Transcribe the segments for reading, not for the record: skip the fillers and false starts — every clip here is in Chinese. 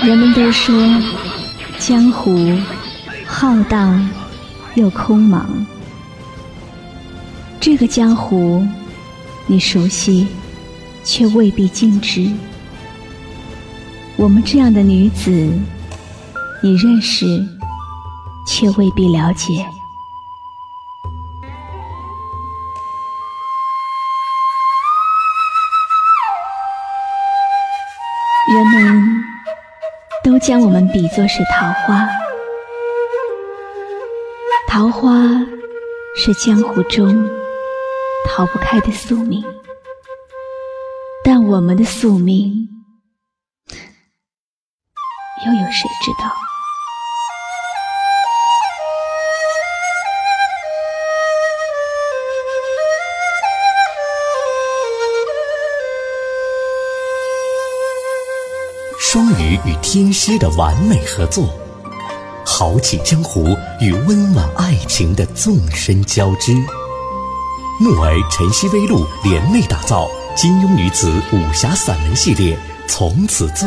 人们都说江湖浩荡又空茫，这个江湖你熟悉却未必尽知，我们这样的女子你认识却未必了解。人们都将我们比作是桃花，桃花是江湖中逃不开的宿命，但我们的宿命又有谁知道？ 双鱼与天师的完美合作，豪气江湖与温婉爱情的纵深交织。木儿晨曦微露联袂打造金庸女子武侠散文系列《从此醉》。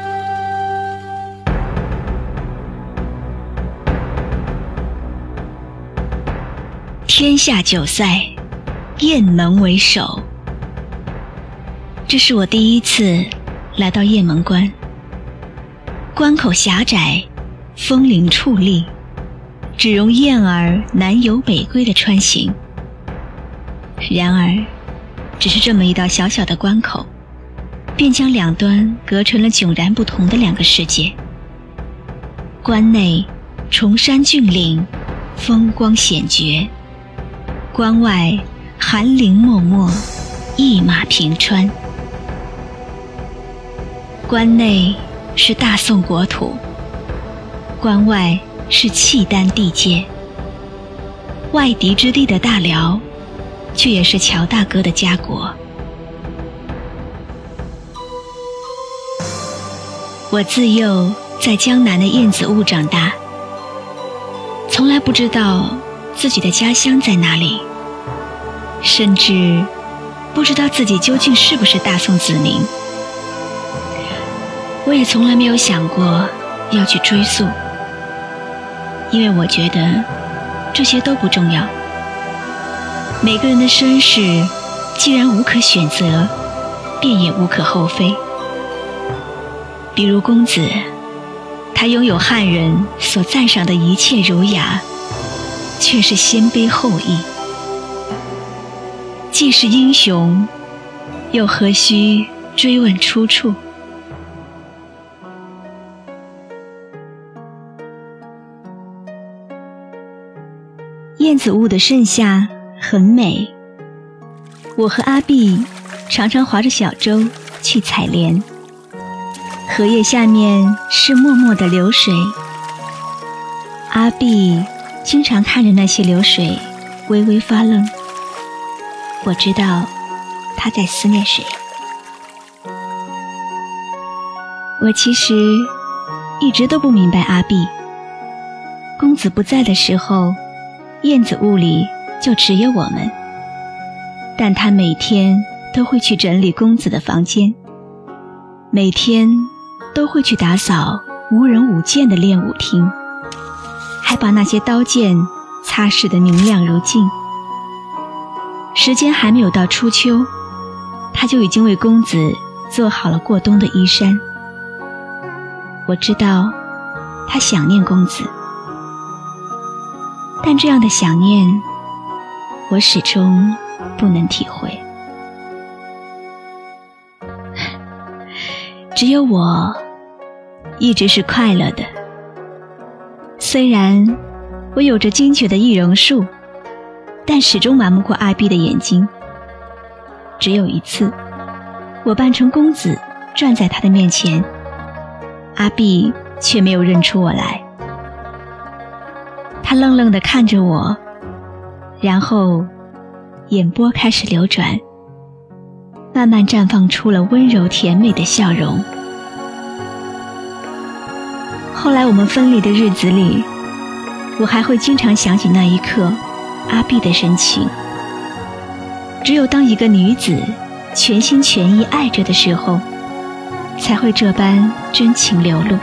天下9赛，雁门为首。这是我第一次来到雁门关，关口狭窄，风铃矗立，只容雁儿南游北归的穿行。然而只是这么一道小小的关口，便将两端隔成了迥然不同的两个世界。关内崇山峻岭，风光显绝；关外寒林脉脉，一马平川。关内是大宋国土，关外是契丹地界。外敌之地的大辽，却也是乔大哥的家国。我自幼在江南的燕子坞长大，从来不知道自己的家乡在哪里，甚至不知道自己究竟是不是大宋子民。我也从来没有想过要去追溯，因为我觉得这些都不重要。每个人的身世既然无可选择，便也无可厚非。比如公子，他拥有汉人所赞赏的一切儒雅，却是鲜卑后裔。既是英雄，又何须追问出处？燕子坞的盛夏很美，我和阿碧常常划着小舟去采莲。荷叶下面是脉脉的流水，阿碧经常看着那些流水微微发愣。我知道他在思念谁。我其实一直都不明白阿碧，公子不在的时候，燕子坞里就只有我们，但他每天都会去整理公子的房间，每天都会去打扫无人舞剑的练武厅，还把那些刀剑擦拭得明亮如镜。时间还没有到初秋，他就已经为公子做好了过冬的衣衫。我知道他想念公子，但这样的想念我始终不能体会。只有我一直是快乐的，虽然我有着精绝的易容术，但始终瞒不过阿碧的眼睛。只有一次，我扮成公子站在他的面前，阿碧却没有认出我来。他愣愣地看着我，然后眼波开始流转，慢慢绽放出了温柔甜美的笑容。后来我们分离的日子里，我还会经常想起那一刻阿碧的深情。只有当一个女子全心全意爱着的时候， 才会这般真情流露。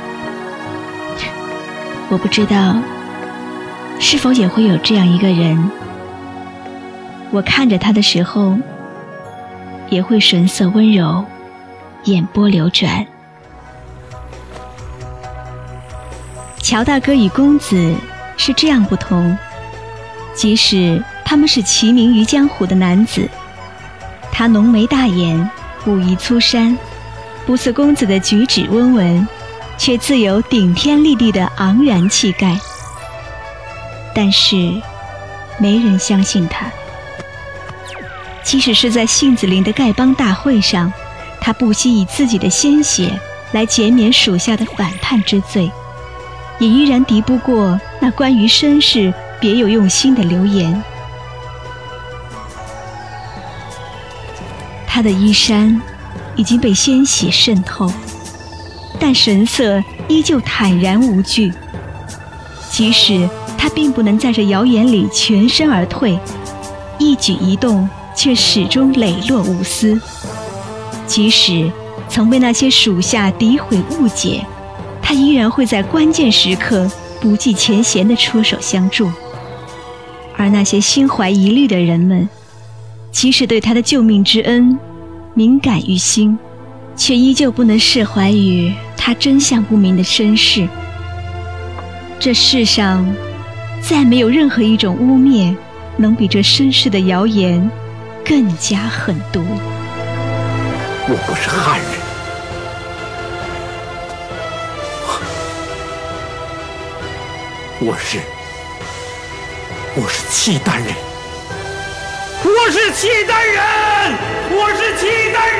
我不知道是否也会有这样一个人，我看着他的时候也会神色温柔，眼波流转。乔大哥与公子是这样不同，即使他们是齐名于江湖的男子，他浓眉大眼，武夷粗衫，不似公子的举止温文，却自有顶天立地的昂然气概。但是没人相信他，即使是在杏子林的丐帮大会上，他不惜以自己的鲜血来减免属下的反叛之罪，也依然敌不过那关于绅士别有用心的流言。他的衣衫已经被鲜血渗透，但神色依旧坦然无惧。即使他并不能在这谣言里全身而退，一举一动却始终磊落无私。即使曾被那些属下诋毁误解，他依然会在关键时刻不计前嫌地出手相助。而那些心怀疑虑的人们，即使对他的救命之恩敏感于心，却依旧不能释怀于他真相不明的身世。这世上再没有任何一种污蔑能比这身世的谣言更加狠毒。 我不是汉人，我是契丹人，我是契丹人，我是契丹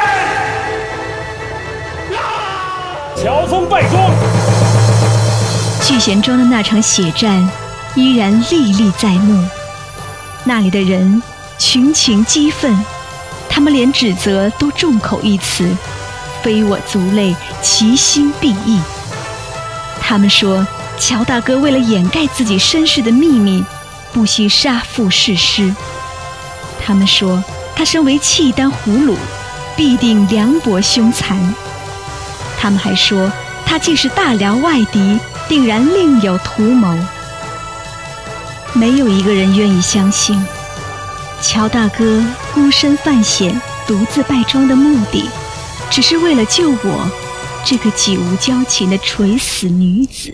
人！乔峰败庄。 聚贤庄的那场血战依然历历在目，那里的人群情激愤，他们连指责都众口一词，非我族类，其心必异。他们说乔大哥为了掩盖自己身世的秘密，不惜杀父弑师。他们说他身为契丹胡虏，必定凉薄凶残。他们还说他既是大辽外敌，定然另有图谋。没有一个人愿意相信乔大哥孤身犯险，独自败庄的目的，只是为了救我这个几无交情的垂死女子。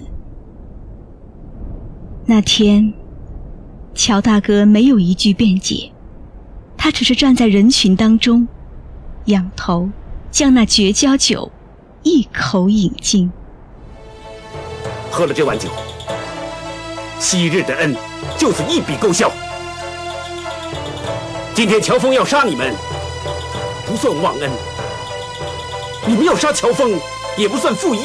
那天乔大哥没有一句辩解，他只是站在人群当中，仰头将那绝交酒一口饮尽。 喝了这碗酒，昔日的恩就此一笔勾销。今天乔峰要杀你们，不算忘恩；你们要杀乔峰，也不算负义。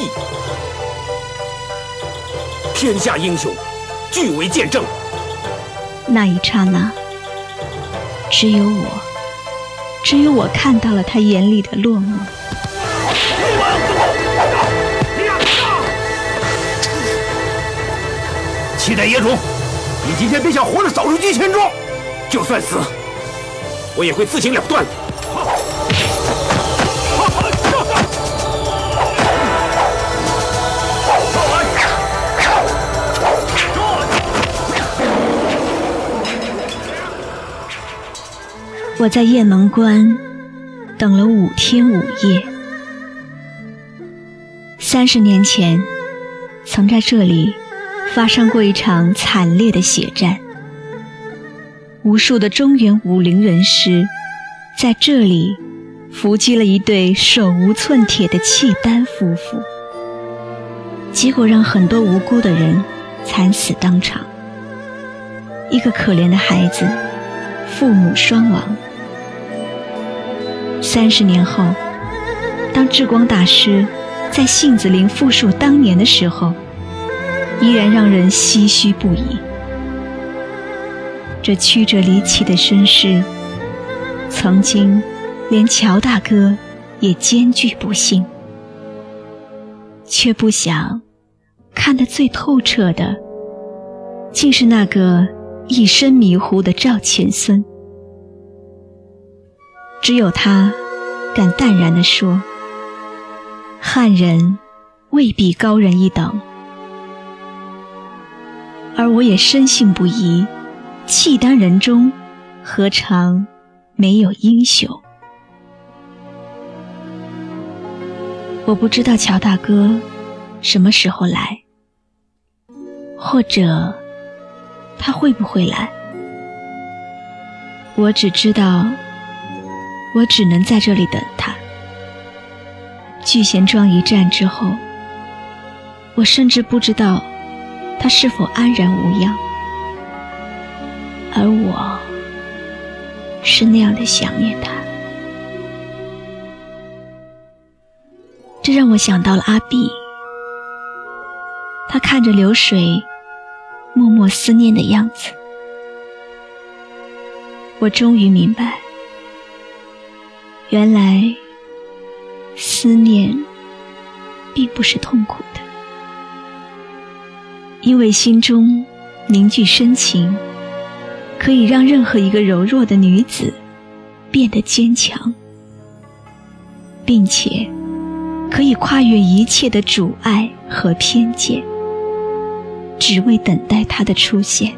天下英雄，俱为见证。 那一刹那，只有我看到了他眼里的落寞。 契丹野种，你今天别想活着扫出聚贤庄，就算死，我也会自行了断的。 我在雁门关等了5天5夜。30年前，曾在这里发生过一场惨烈的血战，无数的中原武林人士在这里伏击了一对手无寸铁的契丹夫妇，结果让很多无辜的人惨死当场。一个可怜的孩子，父母双亡。30年后，当智光大师在杏子林复述当年的时候，依然让人唏嘘不已。这曲折离奇的身世，曾经连乔大哥也艰巨不幸，却不想看得最透彻的，竟是那个一身迷糊的赵钱孙。只有他敢淡然地说， 汉人未必高人一等，而我也深信不疑，契丹人中何尝没有英雄？我不知道乔大哥什么时候来，或者他会不会来。我只知道，我只能在这里等他。聚贤庄一战之后，我甚至不知道他是否安然无恙，而我是那样的想念他。这让我想到了阿碧，他看着流水默默思念的样子。我终于明白，原来思念并不是痛苦的，因为心中凝聚深情，可以让任何一个柔弱的女子变得坚强，并且可以跨越一切的阻碍和偏见，只为等待他的出现。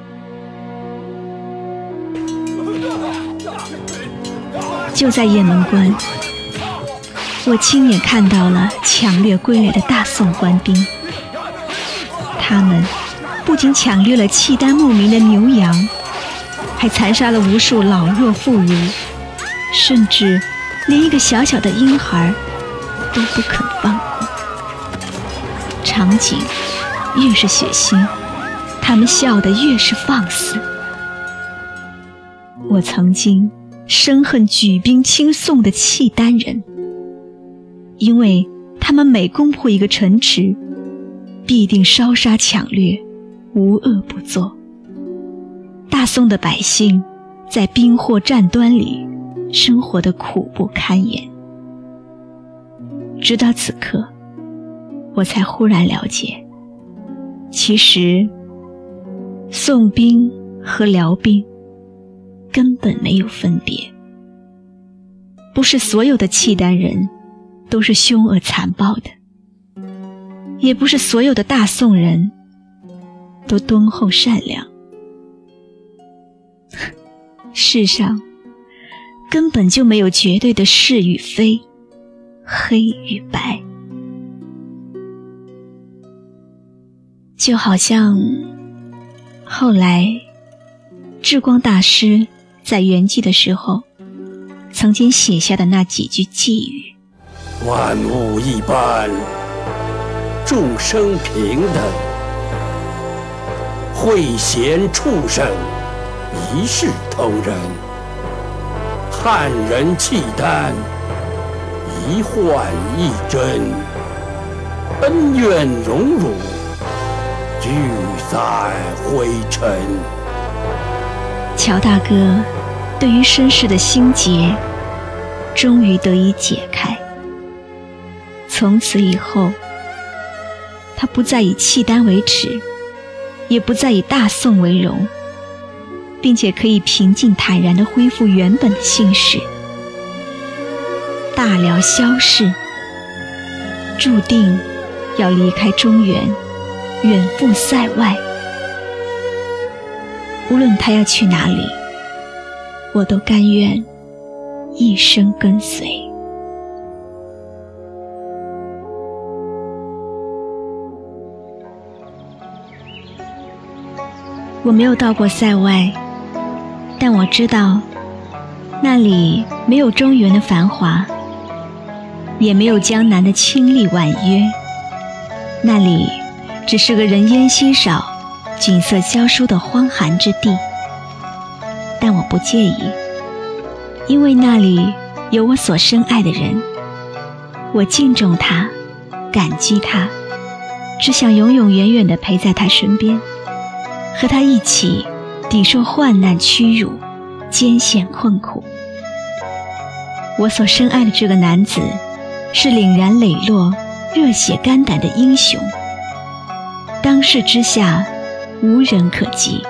就在雁门关，我亲眼看到了抢掠归来的大宋官兵，他们不仅抢掠了契丹牧民的牛羊，还残杀了无数老弱妇孺，甚至连一个小小的婴孩都不肯放过。场景越是血腥，他们笑得越是放肆。我曾经深恨举兵亲宋的契丹人，因为他们每攻破一个城池，必定烧杀抢掠，无恶不作。大宋的百姓在兵祸战端里生活得苦不堪言。直到此刻，我才忽然了解，其实宋兵和辽兵根本没有分别，不是所有的契丹人都是凶恶残暴的，也不是所有的大宋人都敦厚善良。世上根本就没有绝对的是与非，黑与白。就好像后来智光大师在圆寂的时候曾经写下的那几句寄语： 万物一般，众生平等，慧贤畜生，一视同仁。汉人契丹，一幻一真，恩怨荣辱，聚散灰尘。 乔大哥对于身世的心结终于得以解开。从此以后，他不再以契丹为耻，也不再以大宋为荣，并且可以平静坦然地恢复原本的姓氏。大辽萧氏注定要离开中原，远赴塞外。无论他要去哪里，我都甘愿一生跟随。我没有到过塞外，但我知道那里没有中原的繁华，也没有江南的清丽婉约，那里只是个人烟稀少，景色萧疏的荒寒之地。但我不介意，因为那里有我所深爱的人，我敬重他，感激他，只想永永远远地陪在他身边，和他一起抵受患难屈辱，艰险困苦。我所深爱的这个男子是凛然磊落，热血肝胆的英雄，当世之下无人可及。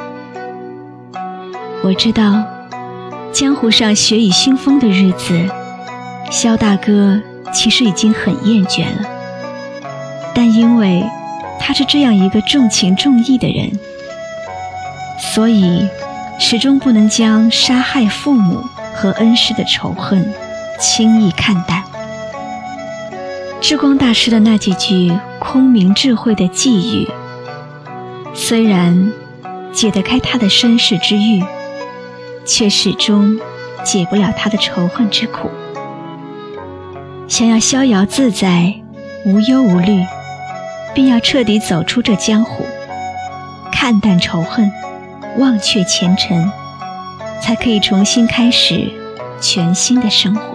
我知道江湖上血雨腥风的日子，萧大哥其实已经很厌倦了，但因为他是这样一个重情重义的人，所以始终不能将杀害父母和恩师的仇恨轻易看淡。智光大师的那几句空明智慧的寄语，虽然解得开他的身世之欲，却始终解不了他的仇恨之苦。想要逍遥自在，无忧无虑，便要彻底走出这江湖，看淡仇恨，忘却前尘，才可以重新开始全新的生活。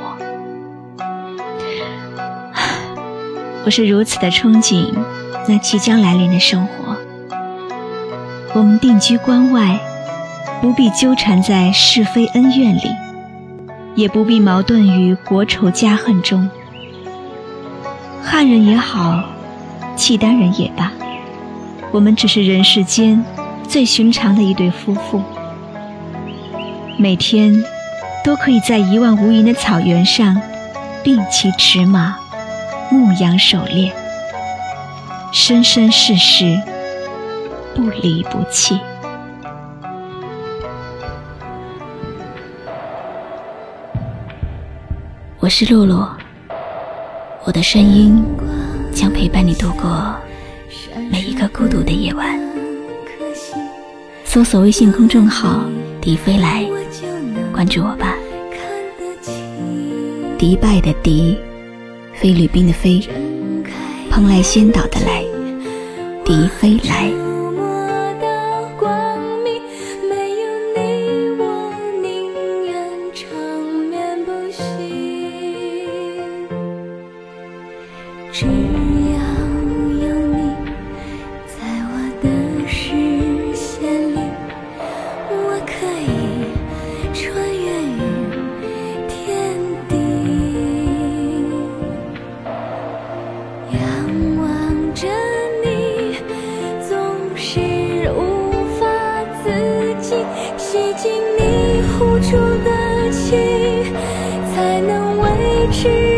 我是如此的憧憬那即将来临的生活。我们定居关外，不必纠缠在是非恩怨里，也不必矛盾于国仇家恨中。汉人也好，契丹人也罢，我们只是人世间最寻常的一对夫妇，每天都可以在一望无垠的草原上并骑驰马，牧羊狩猎，生生世世不离不弃。我是露露，我的声音将陪伴你度过每一个孤独的夜晚。搜索微信公众号迪飞来，关注我吧。迪拜的迪，菲律宾的菲，蓬莱仙岛的来，迪飞来。 只要有你在我的视线里，我可以穿越于天地。仰望着你，总是无法自己，吸进你呼出的气，才能维持